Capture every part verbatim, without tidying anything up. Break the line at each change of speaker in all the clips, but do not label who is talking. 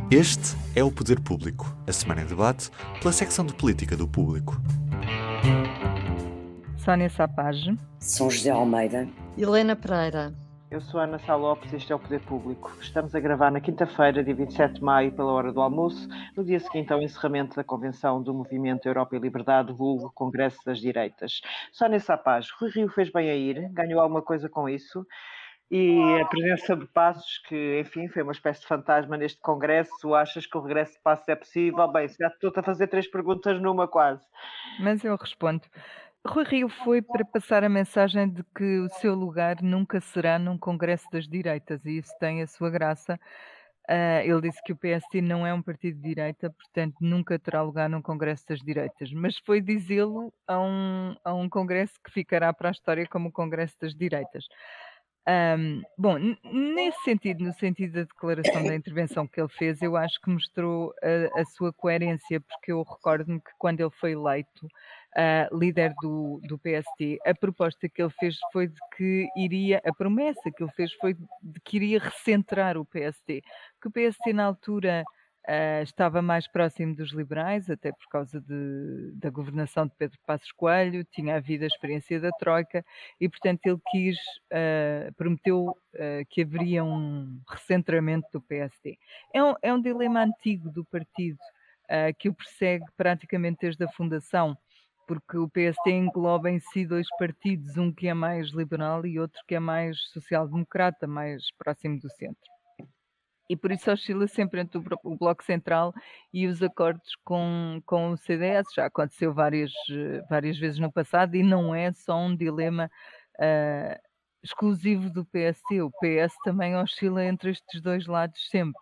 Este é o Poder Público, a semana em debate pela secção de Política do Público.
Sónia Sapage,
São José Almeida,
Helena Pereira.
Eu sou a Ana Sá Lopes e este é o Poder Público. Estamos a gravar na quinta-feira, dia vinte e sete de maio, pela hora do almoço, no dia seguinte ao encerramento da convenção do Movimento Europa e Liberdade, vulgo Congresso das Direitas. Sónia Sapage, Rui Rio fez bem a ir, ganhou alguma coisa com isso, e a presença de Passos, que, enfim, foi uma espécie de fantasma neste Congresso. Achas que o regresso de Passos é possível? Bem, se já estou-te a fazer três perguntas numa quase.
mas eu respondo. Rui Rio foi para passar a mensagem de que o seu lugar nunca será num Congresso das Direitas, e isso tem a sua graça. Ah, ele disse que o P S D não é um partido de direita, portanto nunca terá lugar num Congresso das Direitas, mas foi dizê-lo a um, a um Congresso que ficará para a história como o Congresso das Direitas. Ahm, bom, n- nesse sentido, no sentido da declaração da intervenção que ele fez, eu acho que mostrou a, a sua coerência, porque eu recordo-me que quando ele foi eleito ah, líder do, do P S D, a proposta que ele fez foi de que iria, a promessa que ele fez foi de que iria recentrar o P S D, que o P S D na altura ah, estava mais próximo dos liberais, até por causa de- da governação de Pedro Passos Coelho, tinha havido a experiência da Troika, e portanto ele quis, ah, prometeu ah, que haveria um recentramento do P S D. É um, é um dilema antigo do partido, ah, que o persegue praticamente desde a fundação, porque o P S D engloba em si dois partidos, um que é mais liberal e outro que é mais social-democrata, mais próximo do centro. E por isso oscila sempre entre o, blo- o Bloco Central e os acordos com, com o C D S. Já aconteceu várias, eh, várias vezes no passado, e não é só um dilema ah, exclusivo do P S D. O P S também oscila entre estes dois lados sempre.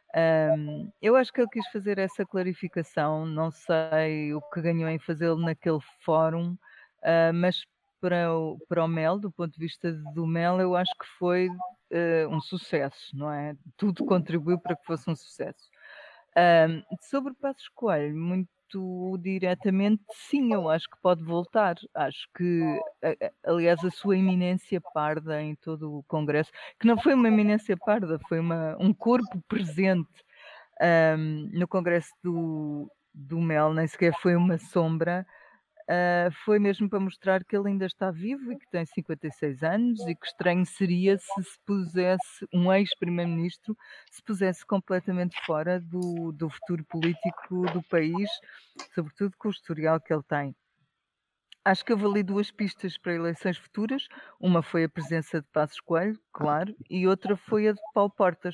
Ahm, eu acho que ele quis fazer essa clarificação, não sei o que ganhou em fazê-lo naquele fórum, ah, mas para o, para o Mel, do ponto de vista do Mel, eu acho que foi eh, um sucesso, não é? Tudo contribuiu para que fosse um sucesso. Ahm, sobre Passos Coelho, muito diretamente, sim, eu acho que pode voltar. Acho que, a- a- aliás, a sua eminência parda em todo o Congresso, que não foi uma eminência parda, foi uma, um corpo presente ahm, no Congresso do, do Mel, nem sequer foi uma sombra. Ah, foi mesmo para mostrar que ele ainda está vivo e que tem cinquenta e seis anos, e que estranho seria se se pusesse um ex-primeiro-ministro, se pusesse completamente fora do, do futuro político do país, sobretudo com o historial que ele tem. Acho que houve ali duas pistas para eleições futuras. Uma foi a presença de Passos Coelho, claro, e outra foi a de Paulo Portas.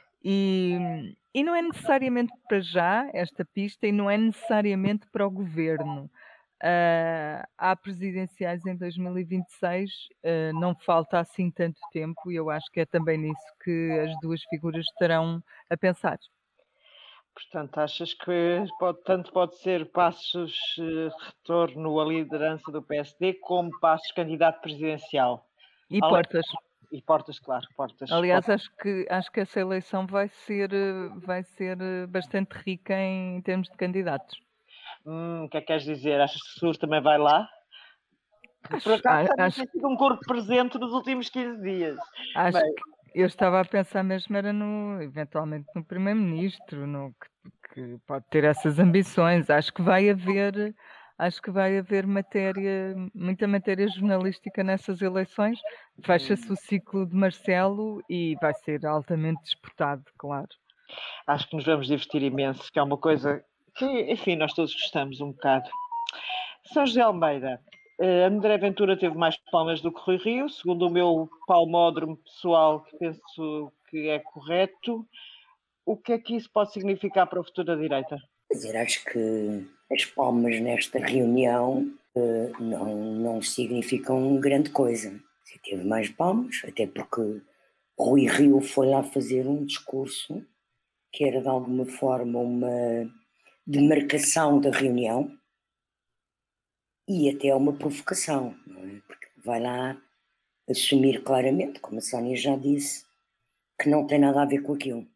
E, e não é necessariamente para já esta pista, e não é necessariamente para o governo. Ah, há presidenciais em dois mil e vinte e seis, ah, não falta assim tanto tempo, e eu acho que é também nisso que as duas figuras estarão a pensar.
Portanto, achas que pode- tanto pode ser Passos eh, retorno à liderança do P S D, como Passos candidato presidencial?
E
Ale-
Portas.
E Portas, claro, Portas.
Aliás, acho que, acho que essa eleição vai ser, eh, vai ser eh, bastante rica em termos de candidatos.
Hum, o que é que queres dizer? Achas que o Sul também vai lá? Por
Acho,
acaso
a-
também
acho,
tem sido um corpo presente nos últimos quinze dias.
acho
Bem,
que eu estava a pensar mesmo era no, eventualmente no primeiro-ministro, no que, que pode ter essas ambições. Acho que vai haver, acho que vai haver matéria, muita matéria jornalística nessas eleições. Fecha-se o ciclo de Marcelo e vai ser altamente disputado, claro.
acho que nos vamos divertir imenso, que é uma coisa que, enfim, nós todos gostamos um bocado. São José Almeida. eh, André Ventura teve mais palmas do que Rui Rio, segundo o meu palmódromo pessoal, que penso que é correto. O que é que isso pode significar para o futuro da direita?
quer dizer, acho que as palmas nesta reunião eh, não, não significam grande coisa. Se teve mais palmas, até porque Rui Rio foi lá fazer um discurso que era de alguma forma uma demarcação da reunião e até uma provocação, não é? Porque vai lá assumir claramente, como a Sónia já disse, que não tem nada a ver com aquilo.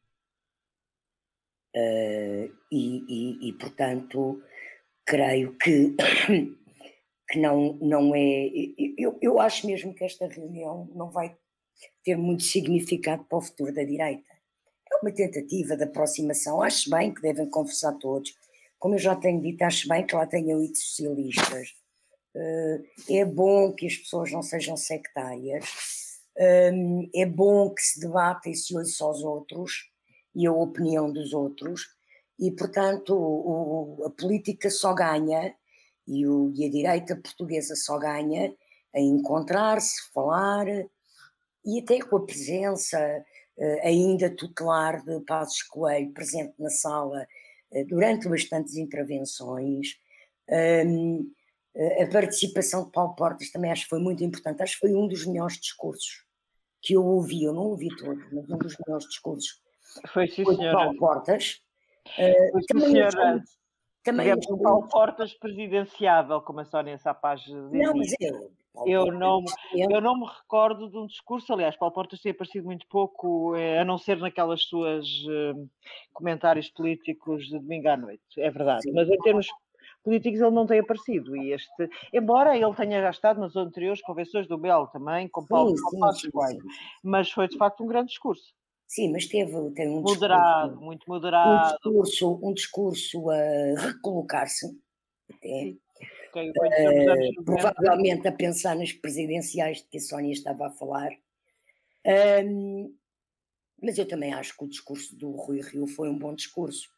Uh, e, e, e, portanto, creio que, que não, não é. Eu, eu acho mesmo que esta reunião não vai ter muito significado para o futuro da direita. É uma tentativa de aproximação. Acho bem que devem conversar todos. Como eu já tenho dito, acho bem que lá tenham ido socialistas. Uh, é bom que as pessoas não sejam sectárias. Um, é bom que se debata e se ouça aos outros e a opinião dos outros. E, portanto, o, o, a política só ganha, e, o, e a direita portuguesa só ganha em encontrar-se, falar, e até com a presença uh, ainda tutelar de Passos Coelho, presente na sala uh, durante bastantes intervenções. Um, a participação de Paulo Portas também acho que foi muito importante. Acho que foi um dos melhores discursos que eu ouvi. Eu não ouvi todos, mas um dos melhores discursos
foi, sim,
foi de Paulo Portas. Uh,
foi, sim,
também
senhora.
também
um Paulo Portas presidenciável, como a Sónia Sapaz dizia.
Não, mas eu,
eu, não, eu não me recordo de um discurso, aliás, Paulo Portas tem aparecido muito pouco, a não ser naquelas suas uh, comentários políticos de domingo à noite, é verdade. Sim. Mas em termos políticos ele não tem aparecido, e este, embora ele tenha já estado nas anteriores convenções do B E L também, com Paulo Passos Coelho, mas foi de facto um grande discurso.
Sim, mas teve tem um
moderado,
discurso,
muito moderado.
Um discurso, um discurso a recolocar-se, até,
okay,
uh, provavelmente a pensar nas presidenciais de que a Sónia estava a falar. Um, mas eu também acho que o discurso do Rui Rio foi um bom discurso.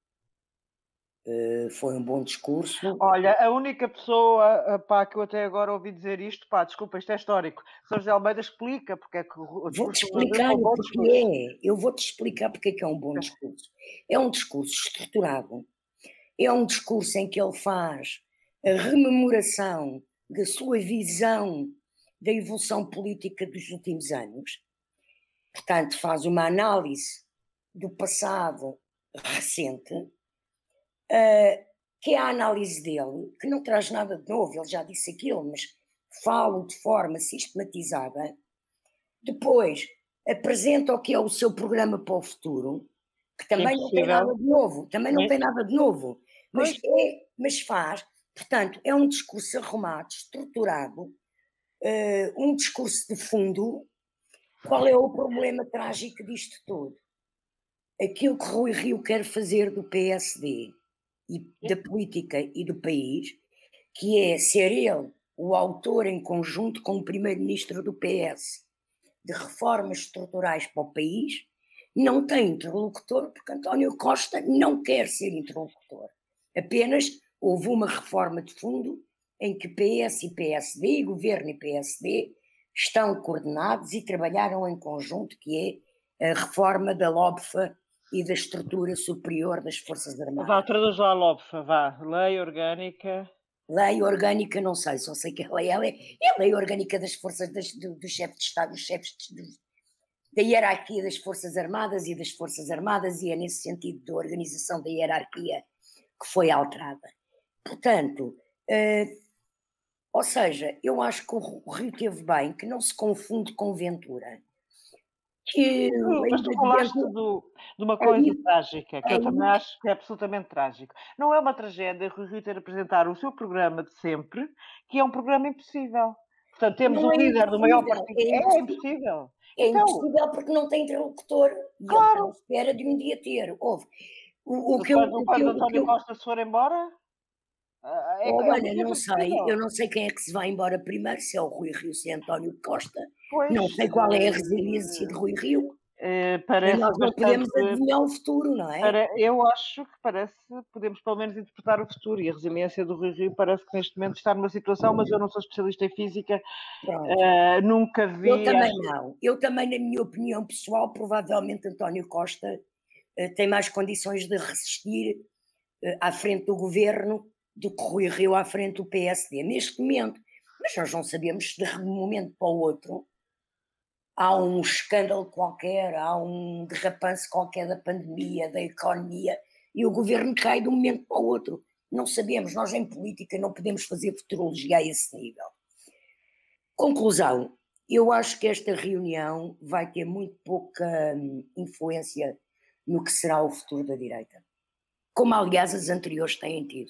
Uh, foi um bom discurso.
Olha, a única pessoa, pá, que eu até agora ouvi dizer isto, pá, desculpa, isto é histórico, São José Almeida explica porque é que o discurso...
Vou-te explicar é um bom porque é, eu vou-te explicar porque é que é um bom discurso. É um discurso estruturado, é um discurso em que ele faz a rememoração da sua visão da evolução política dos últimos anos, portanto faz uma análise do passado recente, Uh, que é a análise dele, que não traz nada de novo, ele já disse aquilo, mas fala de forma sistematizada. Depois apresenta o que é o seu programa para o futuro, que também não tem nada de novo, também não tem nada de novo, mas, é, mas faz, portanto, é um discurso arrumado, estruturado, uh, um discurso de fundo. Qual é o problema trágico disto tudo? Aquilo que Rui Rio quer fazer do P S D e da política e do país, que é ser ele o autor em conjunto com o primeiro-ministro do P S de reformas estruturais para o país, não tem interlocutor, porque António Costa não quer ser interlocutor. Apenas houve uma reforma de fundo em que P S e P S D, Governo e P S D, estão coordenados e trabalharam em conjunto, que é a reforma da LOBFA e da estrutura superior das Forças Armadas.
Vá, traduz lá a LOBFA, vá. Lei Orgânica...
Lei Orgânica, não sei, só sei que a lei é, é a Lei Orgânica das Forças, das, do, do chefe de Estado, dos chefes de, do, da hierarquia das Forças Armadas e das Forças Armadas, e é nesse sentido da organização da hierarquia que foi alterada. Portanto, uh, ou seja, eu acho que o Rio teve bem, que não se confunde com Ventura. Que,
mas tu falaste do, de uma coisa é, trágica, que é, eu também acho que é absolutamente trágico. Não é uma tragédia Rui Rio ter apresentar o seu programa de sempre, que é um programa impossível. Portanto, temos o um líder do maior partido. É impossível. É impossível,
é então, impossível porque não tem interlocutor. E claro. Ele está à espera de um dia ter. Houve. O, o que eu, o
quando
que eu,
António
eu...
Costa se for embora...
É, oh, olha, é não sei, eu não sei quem é que se vai embora primeiro, se é o Rui Rio, se é António Costa. Pois, não sei qual é a resiliência de Rui Rio.
É, parece
nós não podemos adivinhar o futuro, não é?
Para, eu acho que parece, podemos pelo menos interpretar o futuro, e a resiliência do Rui Rio parece que neste momento está numa situação, mas eu não sou especialista em física, uh, nunca vi...
Eu também acho... não, eu também, na minha opinião pessoal, provavelmente António Costa uh, tem mais condições de resistir uh, à frente do governo do que Rui Rio à frente do P S D, neste momento. Mas nós não sabemos se de um momento para o outro há um escândalo qualquer, há um derrapance qualquer da pandemia, da economia, e o governo cai de um momento para o outro. Não sabemos, nós em política não podemos fazer futurologia a esse nível. Conclusão, eu acho que esta reunião vai ter muito pouca hum, influência no que será o futuro da direita, como aliás as anteriores têm tido.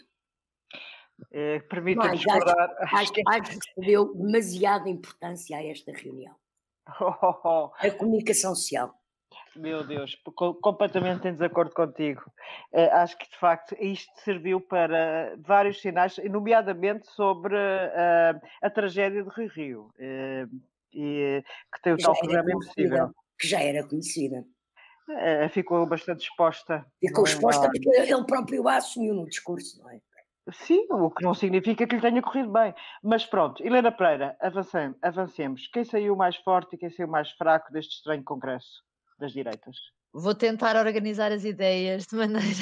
É, permita-me discordar.
Acho, acho, acho que se deu demasiada importância a esta reunião.
Oh, oh, oh.
A comunicação social.
Meu Deus, co- completamente em desacordo contigo. Eh, acho que, de facto, isto serviu para vários sinais, nomeadamente sobre eh, a tragédia de Rio Rio, eh, e, que tem o
Que já
tal
era
programa
conhecida,
Impossível.
que já era conhecida.
Eh, ficou bastante exposta.
Ficou
Não
exposta
há-
porque ele próprio a assumiu no discurso, não é?
Sim, o que não significa que lhe tenha corrido bem. Mas pronto, Helena Pereira, avancem- avancemos. Quem saiu mais forte e quem saiu mais fraco deste estranho congresso das direitas?
Vou tentar organizar as ideias de maneira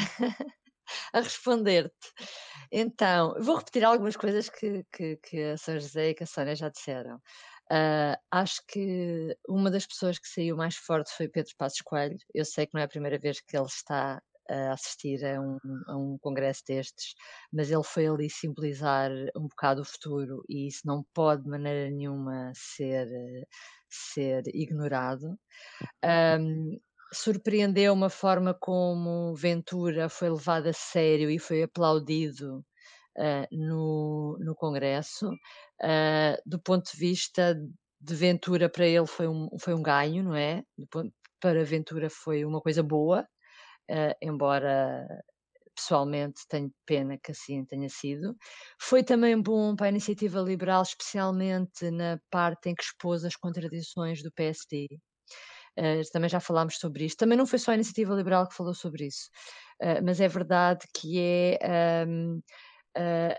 a responder-te. Então, vou repetir algumas coisas que, que, que a São José e que a Sónia já disseram. Uh, acho que uma das pessoas que saiu mais forte foi Pedro Passos Coelho. Eu sei que não é a primeira vez que ele está a assistir a um, a um congresso destes, mas ele foi ali simbolizar um bocado o futuro e isso não pode de maneira nenhuma ser, ser ignorado. Um, surpreendeu-me a forma como Ventura foi levado a sério e foi aplaudido uh, no, no Congresso. Uh, do ponto de vista de Ventura, para ele foi um, foi um ganho, não é? Do ponto, para Ventura foi uma coisa boa, uh, embora pessoalmente tenho pena que assim tenha sido. Foi também bom para a Iniciativa Liberal, especialmente na parte em que expôs as contradições do P S D. Uh, também já falámos sobre isto. Também não foi só a Iniciativa Liberal que falou sobre isso, uh, mas é verdade que é. Um, uh,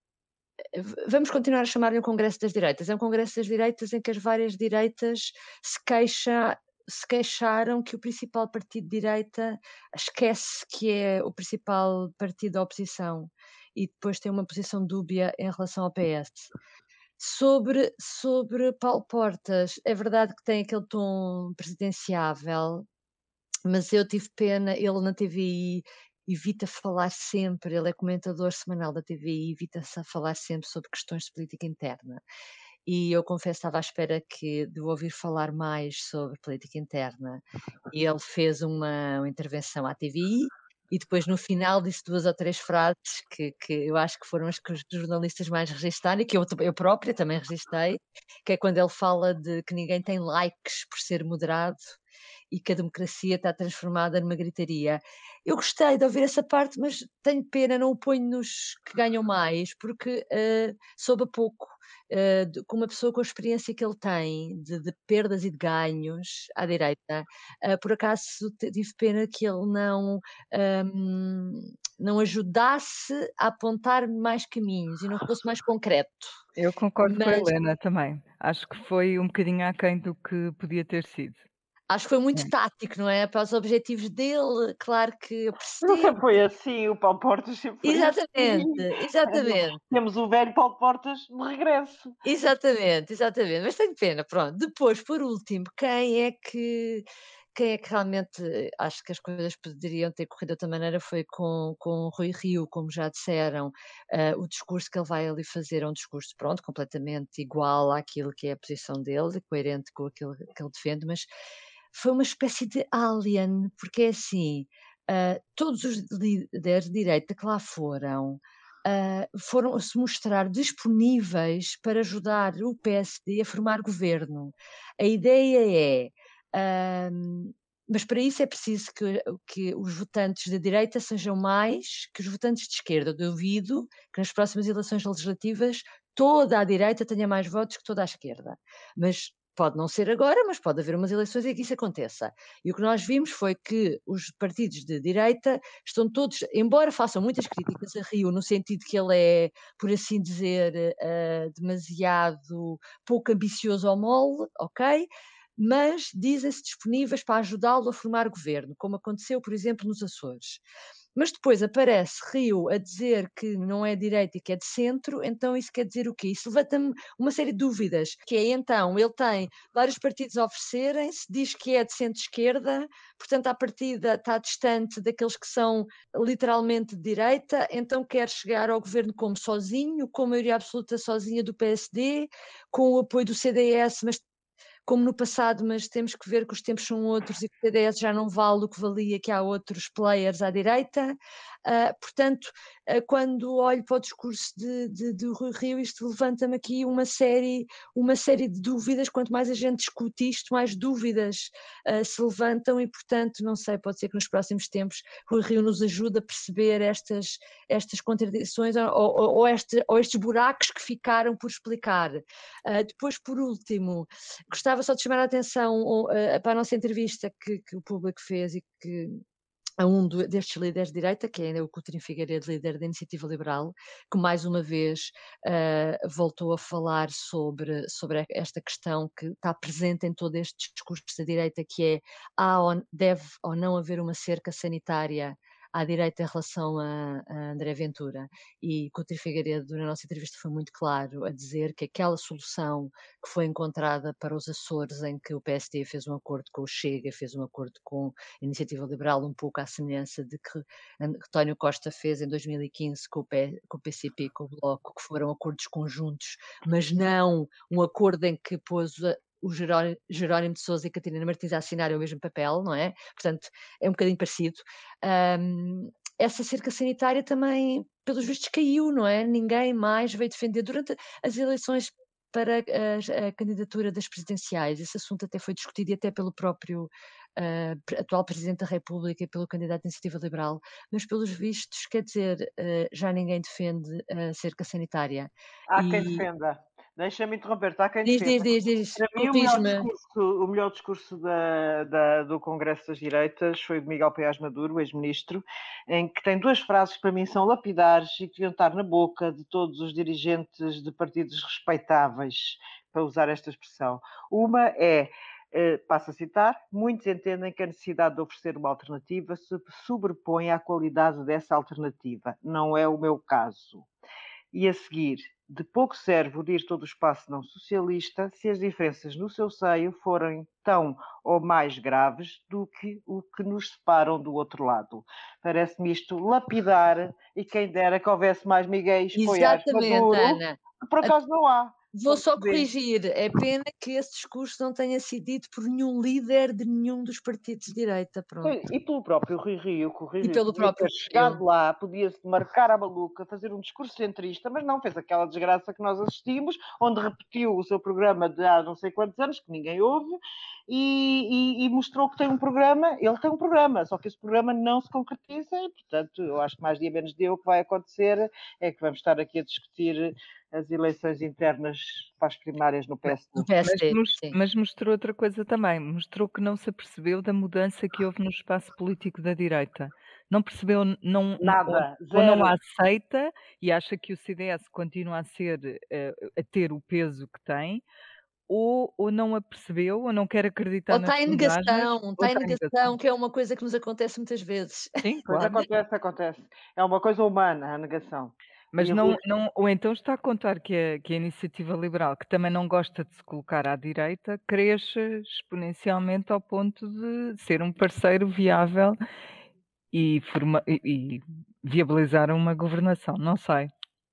vamos continuar a chamar-lhe um Congresso das Direitas. É um Congresso das Direitas em que as várias direitas se, queixa, se queixaram que o principal partido de direita esquece que é o principal partido da oposição e depois tem uma posição dúbia em relação ao P S. Sobre, sobre Paulo Portas, é verdade que tem aquele tom presidenciável, mas eu tive pena, ele na T V I evita falar sempre, ele é comentador semanal da T V I, evita-se a falar sempre sobre questões de política interna. E eu confesso, estava à espera que, de ouvir falar mais sobre política interna. E ele fez uma, uma intervenção à T V I, e depois no final disse duas ou três frases que, que eu acho que foram as que os jornalistas mais registaram e que eu, eu própria também registrei, que é quando ele fala de que ninguém tem likes por ser moderado e que a democracia está transformada numa gritaria. Eu gostei de ouvir essa parte, mas tenho pena, não o ponho nos que ganham mais, porque uh, soube a pouco. Uh, de, com uma pessoa com a experiência que ele tem de, de perdas e de ganhos à direita, uh, por acaso tive pena que ele não, um, não ajudasse a apontar mais caminhos e não fosse mais concreto.
Eu concordo com a
Mas
Helena também. Acho que foi um bocadinho aquém do que podia ter sido.
acho que foi muito
É.
tático, não é? Para os objetivos dele, claro que eu
Não
percebo.
sempre foi assim, o Paulo Portas sempre foi
Exatamente,
assim.
exatamente.
Temos o velho Paulo Portas de regresso.
Exatamente, exatamente, mas tenho pena, pronto. Depois, por último, quem é que quem é que realmente acho que as coisas poderiam ter corrido de outra maneira foi com, com o Rui Rio, como já disseram, uh, o discurso que ele vai ali fazer é um discurso, pronto, completamente igual àquilo que é a posição dele, coerente com aquilo que ele defende, mas foi uma espécie de alien, porque é assim, uh, todos os líderes de direita que lá foram, Uh, foram se mostrar disponíveis para ajudar o P S D a formar governo. A ideia é, um, mas para isso é preciso que, que os votantes da direita sejam mais que os votantes de esquerda. Eu duvido que nas próximas eleições legislativas toda a direita tenha mais votos que toda a esquerda. Mas pode não ser agora, mas pode haver umas eleições em que isso aconteça. E o que nós vimos foi que os partidos de direita estão todos, embora façam muitas críticas a Rio, no sentido que ele é, por assim dizer, uh, demasiado pouco ambicioso ao mole, ok? Mas dizem-se disponíveis para ajudá-lo a formar governo, como aconteceu, por exemplo, nos Açores. Mas depois aparece Rio a dizer que não é direita e que é de centro, então isso quer dizer o quê? Isso levanta-me uma série de dúvidas, que é, então, ele tem vários partidos a oferecerem-se, diz que é de centro-esquerda, portanto, à partida está distante daqueles que são literalmente de direita, então quer chegar ao governo como sozinho, com a maioria absoluta sozinha do P S D, com o apoio do C D S, mas como no passado, mas temos que ver que os tempos são outros e que o P D S já não vale o que valia, que há outros players à direita. Uh, portanto, quando olho para o discurso de, de, de Rui Rio, isto levanta-me aqui uma série, uma série de dúvidas. Quanto mais a gente discute isto, mais dúvidas uh, se levantam e, portanto, não sei, pode ser que nos próximos tempos Rui Rio nos ajude a perceber estas, estas contradições ou, ou, ou, este, ou estes buracos que ficaram por explicar. Uh, depois, por último, gostava só de chamar a atenção uh, para a nossa entrevista que, que o público fez e que a um do, destes líderes de direita, que é o Coutinho Figueiredo, líder da Iniciativa Liberal, que mais uma vez uh, voltou a falar sobre, sobre esta questão que está presente em todo este discurso da direita, que é há ou deve ou não haver uma cerca sanitária à direita em relação a, a André Ventura. E Coutinho Figueiredo, na nossa entrevista, foi muito claro a dizer que aquela solução que foi encontrada para os Açores, em que o P S D fez um acordo com o Chega, fez um acordo com a Iniciativa Liberal, um pouco à semelhança de que António Costa fez em dois mil e quinze com o, P, com o P C P, com o Bloco, que foram acordos conjuntos, mas não um acordo em que pôs o Jerónimo, Jerónimo de Sousa e Catarina Martins a assinarem o mesmo papel, não é? Portanto, é um bocadinho parecido. Um, essa cerca sanitária também, pelos vistos, caiu, não é? Ninguém mais veio defender durante as eleições para a, a candidatura das presidenciais. Esse assunto até foi discutido e até pelo próprio uh, atual Presidente da República e pelo candidato da Iniciativa Liberal, mas pelos vistos, quer dizer, uh, já ninguém defende a cerca sanitária.
Há
e...
quem defenda. Deixa-me interromper, está quem
diz,
defenda.
diz, diz, diz.
Para mim, o melhor discurso, o melhor discurso da, da, do Congresso das Direitas foi de Miguel Paes Maduro, ex-ministro, em que tem duas frases que para mim são lapidares e que deviam estar na boca de todos os dirigentes de partidos respeitáveis, para usar esta expressão. Uma é, eh, passo a citar, muitos entendem que a necessidade de oferecer uma alternativa se sobrepõe à qualidade dessa alternativa. Não é o meu caso. E a seguir, de pouco serve unir todo o espaço não socialista se as diferenças no seu seio forem tão ou mais graves do que o que nos separam do outro lado. Parece-me isto lapidar e quem dera que houvesse mais Miguel Paes Maduro,
Ana.
que por acaso não há.
Vou só corrigir, é pena que esse discurso não tenha sido dito por nenhum líder de nenhum dos partidos de direita. Pronto.
E pelo próprio Rui Rio, que o Rui
E
Rio
pelo
podia
próprio
ter chegado lá, podia-se marcar a maluca, fazer um discurso centrista, mas não, fez aquela desgraça que nós assistimos, onde repetiu o seu programa de há não sei quantos anos, que ninguém ouve, e, e, e mostrou que tem um programa, ele tem um programa, só que esse programa não se concretiza e, portanto, eu acho que mais dia menos dia o que vai acontecer é que vamos estar aqui a discutir as eleições internas para as primárias no P S D.
No P S D,
mas, mas mostrou outra coisa também, mostrou que não se apercebeu da mudança que houve no espaço político da direita. Não percebeu, não,
Nada,
ou, ou não a aceita e acha que o C D S continua a ser, uh, a ter o peso que tem, ou, ou não a percebeu, ou não quer acreditar
ou
nas
está em negação, está em negação, que é uma coisa que nos acontece muitas vezes.
Sim,
claro. Pois acontece, acontece. É uma coisa humana, a negação.
Mas não, não, ou então está a contar que a, que a Iniciativa Liberal, que também não gosta de se colocar à direita, cresce exponencialmente ao ponto de ser um parceiro viável e, forma, e, e viabilizar uma governação, não sei.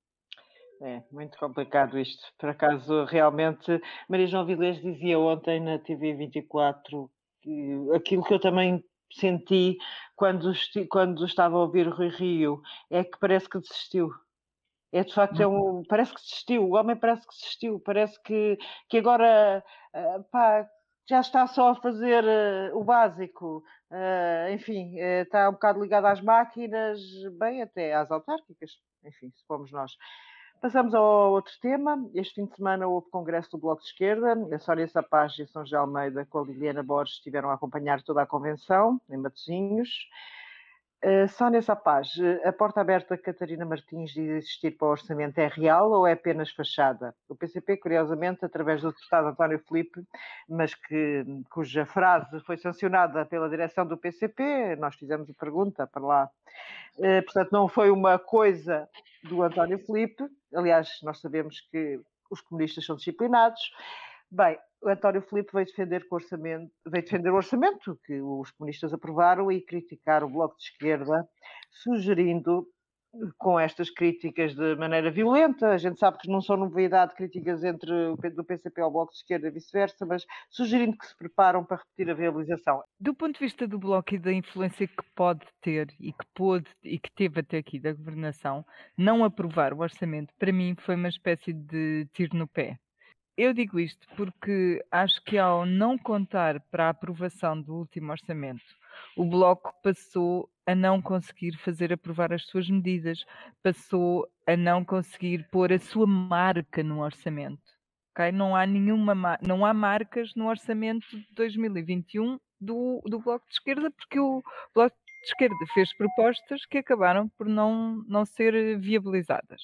É, muito complicado isto. Por acaso, realmente, Maria João Vilés dizia ontem na T V vinte e quatro que aquilo que eu também senti quando, quando estava a ouvir o Rui Rio é que parece que desistiu. É de facto, é um, parece que desistiu, o homem parece que desistiu, parece que, que agora pá, já está só a fazer uh, o básico, uh, enfim, uh, está um bocado ligado às máquinas, bem até às autárquicas, enfim, se formos nós. Passamos ao outro tema. Este fim de semana houve congresso do Bloco de Esquerda. A Sónia Sapaz e a São José Almeida com a Liliana Borges estiveram a acompanhar toda a convenção em Matosinhos. Uh, Sónia Sapaz, a porta aberta de Catarina Martins de existir para o orçamento é real ou é apenas fachada? O P C P, curiosamente, através do deputado António Filipe, mas que, cuja frase foi sancionada pela direção do P C P, nós fizemos a pergunta para lá. Uh, portanto, não foi uma coisa do António Filipe. Aliás, nós sabemos que os comunistas são disciplinados. Bem, o António Filipe veio defender, o orçamento, veio defender o orçamento que os comunistas aprovaram e criticar o Bloco de Esquerda, sugerindo com estas críticas de maneira violenta. A gente sabe que não são novidade críticas entre o P- do P C P ao Bloco de Esquerda e vice-versa, mas sugerindo que se preparam para repetir a viabilização.
Do ponto de vista do Bloco e da influência que pode ter e que pôde e que teve até aqui da governação, não aprovar o orçamento, para mim, foi uma espécie de tiro no pé. Eu digo isto porque acho que ao não contar para a aprovação do último orçamento, o Bloco passou a não conseguir fazer aprovar as suas medidas, passou a não conseguir pôr a sua marca no orçamento. Ok? Não há nenhuma ma- não há marcas no orçamento de dois mil e vinte e um do, do Bloco de Esquerda, porque o Bloco de Esquerda fez propostas que acabaram por não, não ser viabilizadas.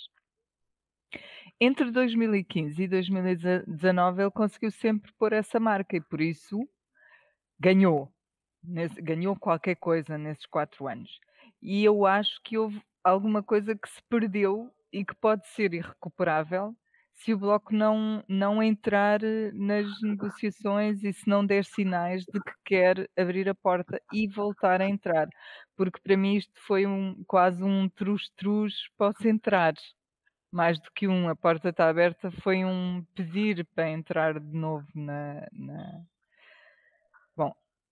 Entre dois mil e quinze e dois mil e dezanove ele conseguiu sempre pôr essa marca e por isso ganhou. Nesse- ganhou qualquer coisa nesses quatro anos. E eu acho que houve alguma coisa que se perdeu e que pode ser irrecuperável se o Bloco não, não entrar eh, nas negociações e se não der sinais de que quer abrir a porta e voltar a entrar. Porque para mim isto foi um, quase um trus-trus, posso entrar. Mais do que um, a porta está aberta, foi um pedir para entrar de novo na. na... Bom,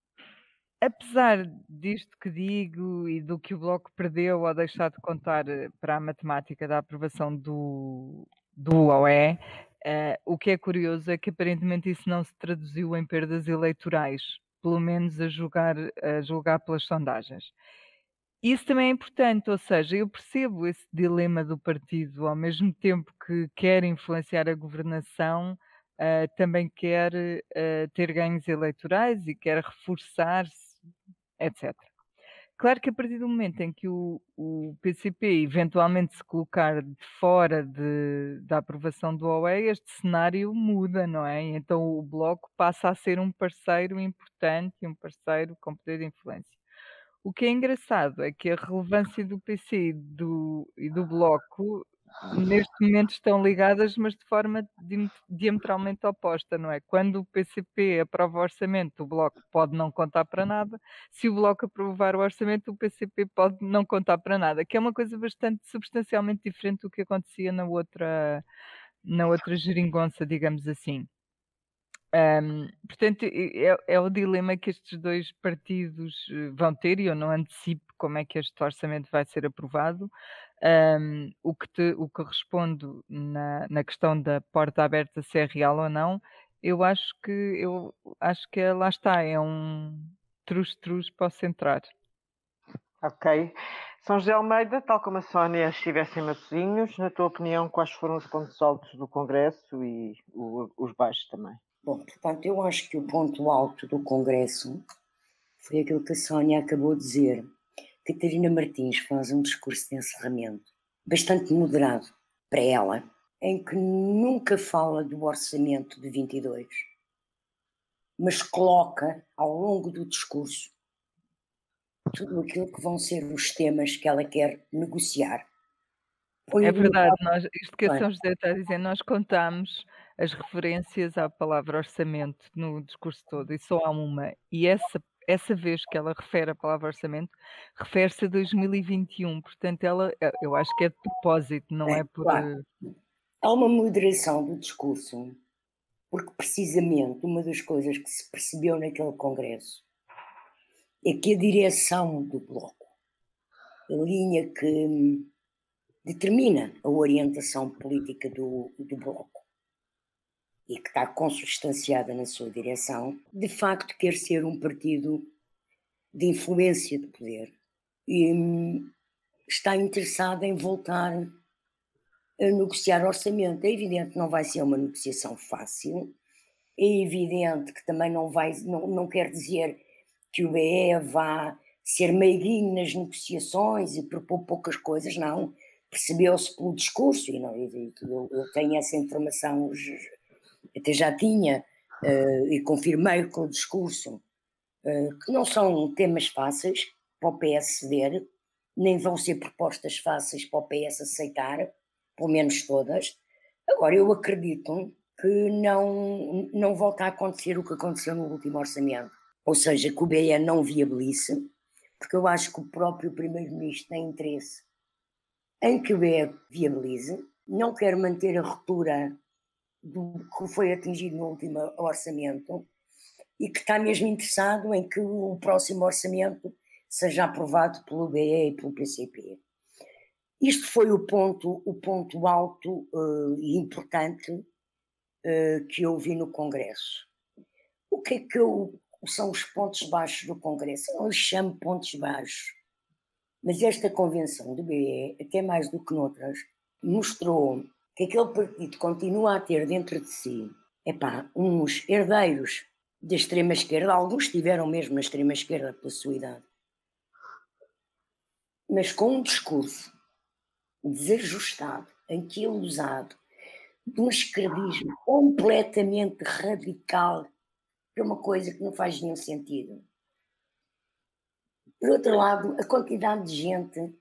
apesar disto que digo e do que o Bloco perdeu ao deixar de contar eh, para a matemática da aprovação do, do U O E, eh, o que é curioso é que aparentemente isso não se traduziu em perdas eleitorais, pelo menos a julgar, a julgar pelas sondagens. Isso também é importante, ou seja, eu percebo esse dilema do partido, ao mesmo tempo que quer influenciar a governação, ah, também quer ah, ter ganhos eleitorais e quer reforçar-se, etcétera. Claro que a partir do momento em que o, o P C P eventualmente se colocar de fora de- da aprovação do O E, este cenário muda, não é? E então o Bloco passa a ser um parceiro importante e um parceiro com poder de influência. O que é engraçado é que a relevância do P C e do, e do Bloco neste momento estão ligadas, mas de forma dim- diametralmente oposta, não é? Quando o P C P aprova o orçamento, o Bloco pode não contar para nada. Se o Bloco aprovar o orçamento, o P C P pode não contar para nada, que é uma coisa bastante substancialmente diferente do que acontecia na outra, na outra geringonça, digamos assim. Ahm, portanto, e- é, é o dilema que estes dois partidos eh, vão ter, e eu não antecipo como é que este orçamento vai ser aprovado. Ahm, o que te- o que respondo na, na questão da porta aberta, se é real ou não, eu acho que eu acho que é- lá está, é um trus-trus, posso entrar.
Ok. São José Almeida, tal como a Sónia estivesse em Matosinhos, na tua opinião, quais foram os pontos altos do Congresso e o- os baixos também?
Bom, portanto, eu acho que o ponto alto do Congresso foi aquilo que a Sónia acabou de dizer. Catarina Martins faz um discurso de encerramento bastante moderado para ela, em que nunca fala do orçamento de vinte e dois, mas coloca ao longo do discurso tudo aquilo que vão ser os temas que ela quer negociar. Põe
É
o
verdade, nós, isto que a
Bem,
São José está a dizer, nós contamos as referências à palavra orçamento no discurso todo e só há uma. E essa, essa vez que ela refere a palavra orçamento, refere-se a dois mil e vinte e um. Portanto, ela, eh, eu acho que é de propósito, não
é,
é por.
claro,
eh,
há uma moderação do discurso, porque precisamente uma das coisas que se percebeu naquele congresso é que a direção do Bloco, a linha que hum, determina a orientação política do, do Bloco e que está consubstanciada na sua direção, de facto quer ser um partido de influência de poder e hum, está interessada em voltar a negociar orçamento. É evidente que não vai ser uma negociação fácil, é evidente que também não vai, não, não quer dizer que o B E vá ser meiguinho nas negociações e propor poucas coisas, não. Percebeu-se pelo discurso, e não, eu, eu tenho essa informação, até já tinha, uh, e confirmei com o discurso, uh, que não são temas fáceis para o P S ceder, nem vão ser propostas fáceis para o P S aceitar, pelo menos todas. Agora, eu acredito que não, não volta a acontecer o que aconteceu no último orçamento. Ou seja, que o B E não viabilize, porque eu acho que o próprio Primeiro-Ministro tem interesse em que o B E viabilize. Não quero manter a ruptura do que foi atingido no último orçamento e que está mesmo interessado em que o próximo orçamento seja aprovado pelo B E e pelo P C P. Isto foi o ponto, o ponto alto uh, e importante uh, que eu vi no Congresso. O que é que eu, são os pontos baixos do Congresso? Eu não lhes chamo pontos baixos, mas esta convenção do B E, até mais do que noutras, mostrou que aquele partido continua a ter dentro de si, epá, uns herdeiros da extrema-esquerda, alguns estiveram mesmo na extrema-esquerda pela sua idade, mas com um discurso desajustado, anquilosado, de um esquerdismo completamente radical, que é uma coisa que não faz nenhum sentido. Por outro lado, a quantidade de gente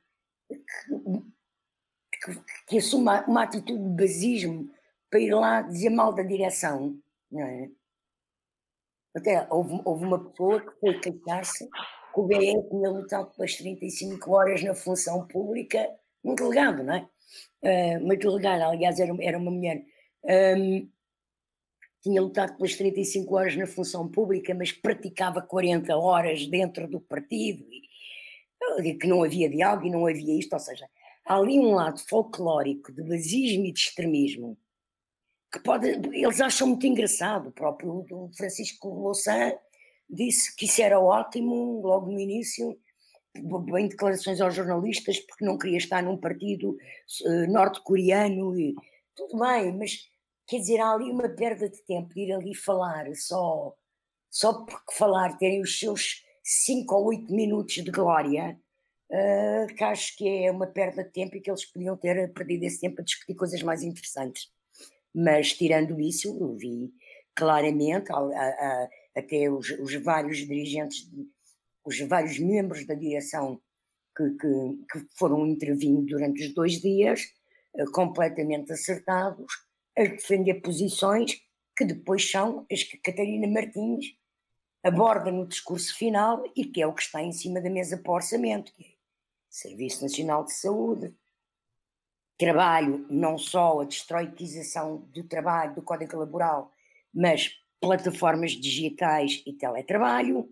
que, que, que assume uma, uma atitude de basismo para ir lá dizer mal da direção, não é? Até houve, houve uma pessoa que foi queixar-se que o B E tinha lutado pelas trinta e cinco horas na função pública, um delegado, não é? Uh, uma delegada, aliás, era, era uma mulher, um, tinha lutado pelas trinta e cinco horas na função pública, mas praticava quarenta horas dentro do partido, e que não havia diálogo e não havia isto, ou seja, há ali um lado folclórico de basismo e de extremismo que pode, eles acham muito engraçado. O próprio Francisco Louçã disse que isso era ótimo logo no início, em declarações aos jornalistas, porque não queria estar num partido uh, norte-coreano e tudo bem, mas quer dizer, há ali uma perda de tempo de ir ali falar só, só porque falar, terem os seus cinco ou oito minutos de glória, uh, que acho que é uma perda de tempo e que eles podiam ter perdido esse tempo a discutir coisas mais interessantes. Mas tirando isso, eu vi claramente a, a, a, até os, os vários dirigentes, os vários membros da direção que, que, que foram intervindo durante os dois dias, uh, completamente acertados, a defender posições que depois são as que Catarina Martins aborda no discurso final e que é o que está em cima da mesa para o orçamento, que é Serviço Nacional de Saúde, trabalho, não só a destroiquização do trabalho, do Código Laboral, mas plataformas digitais e teletrabalho,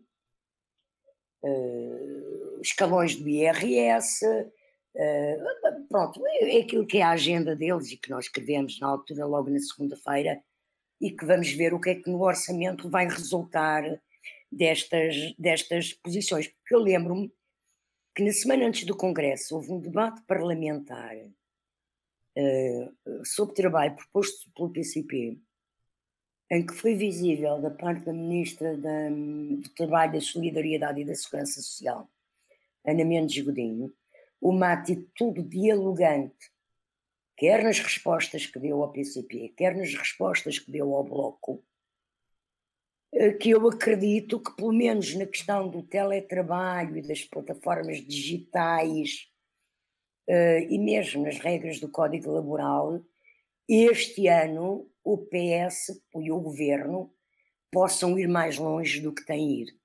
uh, escalões do I R S, uh, pronto, é aquilo que é a agenda deles e que nós escrevemos na altura, logo na segunda-feira, e que vamos ver o que é que no orçamento vai resultar destas, destas posições. Porque eu lembro-me que na semana antes do Congresso houve um debate parlamentar uh, sobre trabalho proposto pelo P C P, em que foi visível da parte da Ministra da, do Trabalho, da Solidariedade e da Segurança Social, Ana Mendes Godinho, uma atitude dialogante, quer nas respostas que deu ao P C P, quer nas respostas que deu ao Bloco, que eu acredito que, pelo menos na questão do teletrabalho e das plataformas digitais, e mesmo nas regras do Código Laboral, este ano o P S e o Governo possam ir mais longe do que têm ido.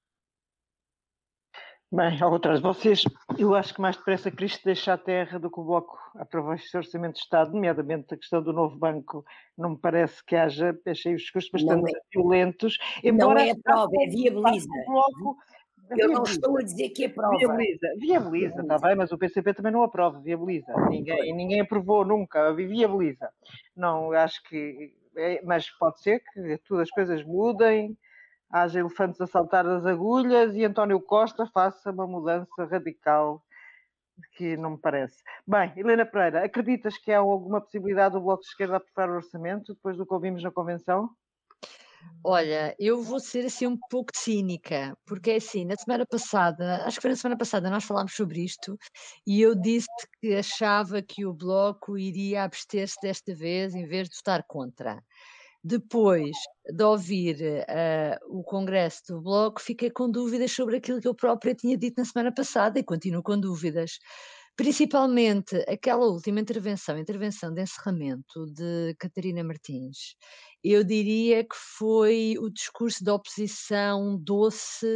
Bem, ao contrário de vocês, eu acho que mais depressa Cristo deixa a terra do que o Bloco aprova este Orçamento de Estado, nomeadamente a questão do novo banco. Não me parece que haja, achei os discursos bastante é, violentos.
Embora não é prova, é viabiliza.
O Bloco,
eu viabiliza. Não estou a dizer que é prova.
Viabiliza, viabiliza, está bem, mas o P C P também não aprova, viabiliza. Ninguém, ninguém aprovou nunca, viabiliza. Não, acho que, é, mas pode ser que todas as coisas mudem, haja elefantes a saltar das agulhas e António Costa faça uma mudança radical que não me parece. Bem, Helena Pereira, acreditas que há alguma possibilidade do Bloco de Esquerda aprovar o orçamento depois do que ouvimos na Convenção?
Olha, eu vou ser assim um pouco cínica, porque é assim, na semana passada, acho que foi na semana passada, nós falámos sobre isto e eu disse que achava que o Bloco iria abster-se desta vez em vez de votar contra. Depois de ouvir uh, o Congresso do Bloco, fiquei com dúvidas sobre aquilo que eu própria tinha dito na semana passada e continuo com dúvidas. Principalmente aquela última intervenção, intervenção de encerramento de Catarina Martins. Eu diria que foi o discurso da oposição doce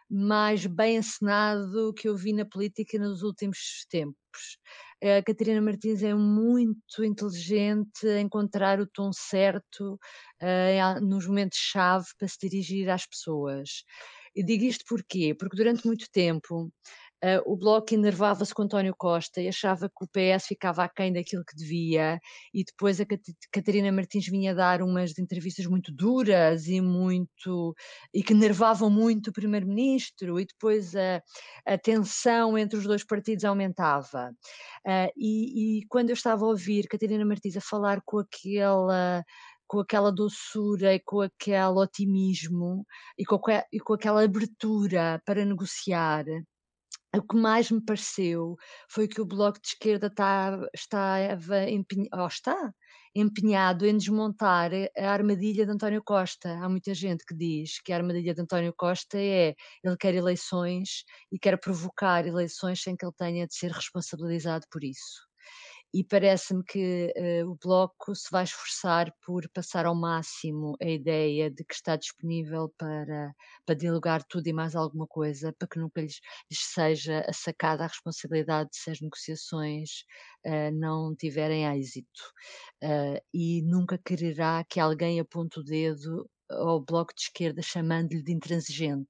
mais bem encenado que eu vi na política nos últimos tempos. A Catarina Martins é muito inteligente a encontrar o tom certo uh, nos momentos-chave para se dirigir às pessoas. Eu digo isto porquê? Porque durante muito tempo uh, o Bloco enervava-se com António Costa e achava que o P S ficava aquém daquilo que devia, e depois a Cat Catarina Martins vinha dar umas entrevistas muito duras e muito e que nervavam muito o primeiro-ministro, e depois a, a tensão entre os dois partidos aumentava. Uh, e, e quando eu estava a ouvir Catarina Martins a falar com aquela com aquela doçura e com aquele otimismo e com, e com aquela abertura para negociar, o que mais me pareceu foi que o Bloco de Esquerda está, estava empenhado, ou está empenhado em desmontar a armadilha de António Costa. Há muita gente que diz que a armadilha de António Costa é ele quer eleições e quer provocar eleições sem que ele tenha de ser responsabilizado por isso. E parece-me que uh, o Bloco se vai esforçar por passar ao máximo a ideia de que está disponível para, para dialogar tudo e mais alguma coisa, para que nunca lhes, lhes seja sacada a responsabilidade se as negociações uh, não tiverem êxito. Uh, e nunca quererá que alguém aponte o dedo ao Bloco de Esquerda chamando-lhe de intransigente.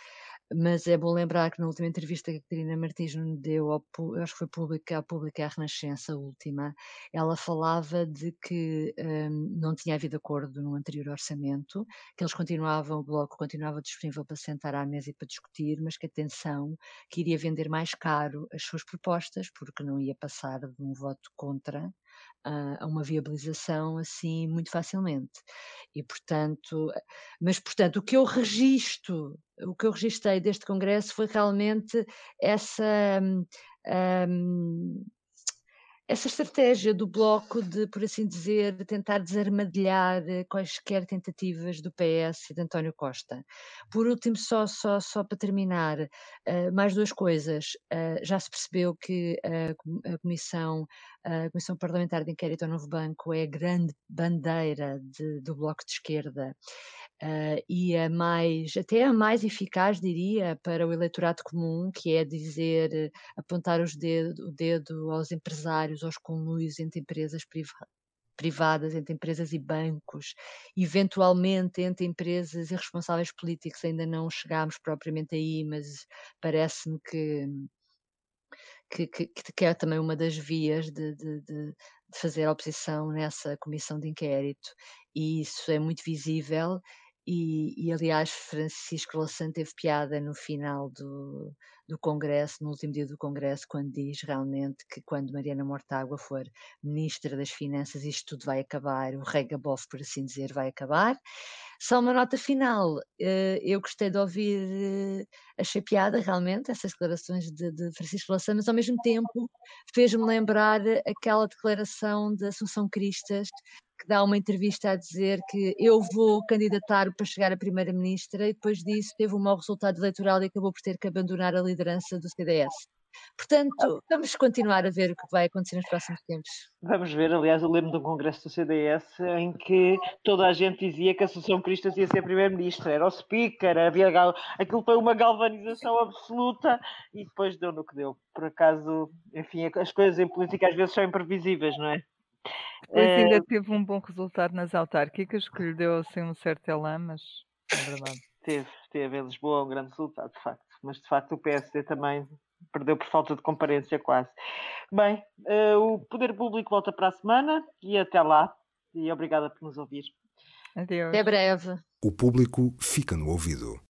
Mas é bom lembrar que na última entrevista que a Catarina Martins me deu, ao, eu acho que foi pública, à pública à Renascença, a última, ela falava de que um, não tinha havido acordo no anterior orçamento, que eles continuavam, o Bloco continuava disponível para sentar à mesa e para discutir, mas que atenção, que iria vender mais caro as suas propostas, porque não ia passar de um voto contra a uma viabilização assim muito facilmente. E portanto, mas portanto, o que eu registro, o que eu registrei deste congresso foi realmente essa um, essa estratégia do Bloco de, por assim dizer, tentar desarmadilhar quaisquer tentativas do P S e de António Costa. Por último, só, só, só para terminar, uh, mais duas coisas. Uh, já se percebeu que a, a, comissão, a Comissão Parlamentar de Inquérito ao Novo Banco é a grande bandeira de, do Bloco de Esquerda. Uh, e a mais, até a mais eficaz, diria, para o eleitorado comum, que é dizer, apontar os dedo, o dedo aos empresários, aos conluios entre empresas privadas, privadas, entre empresas e bancos, eventualmente entre empresas e responsáveis políticos. Ainda não chegámos propriamente aí, mas parece-me que, que, que, que é também uma das vias de, de, de, de fazer a oposição nessa comissão de inquérito, e isso é muito visível. E, e, aliás, Francisco Louçã teve piada no final do, do Congresso, no último dia do Congresso, quando diz realmente que quando Mariana Mortágua for Ministra das Finanças, isto tudo vai acabar, o regabof, por assim dizer, vai acabar. Só uma nota final, eu gostei de ouvir, achei piada realmente essas declarações de, de Francisco Louçã, mas ao mesmo tempo fez-me lembrar aquela declaração de Assunção Cristas, que dá uma entrevista a dizer que eu vou candidatar para chegar a primeira-ministra, e depois disso teve um mau resultado eleitoral e acabou por ter que abandonar a liderança do C D S. Portanto, vamos continuar a ver o que vai acontecer nos próximos tempos.
Vamos ver, aliás, eu lembro de um congresso do C D S em que toda a gente dizia que a Assunção Cristas ia ser primeiro-ministra, era o speaker, havia gal... aquilo foi uma galvanização absoluta e depois deu no que deu. Por acaso, enfim, as coisas em política às vezes são imprevisíveis, não é?
Depois ainda teve um bom resultado nas autárquicas, que lhe deu assim um certo elan, mas é verdade.
Teve, teve em Lisboa um grande resultado, de facto. Mas de facto o P S D também perdeu por falta de comparência quase. Bem, uh, o Poder Público volta para a semana e até lá. E obrigada por nos ouvir.
Adeus.
Até breve.
O público fica no ouvido.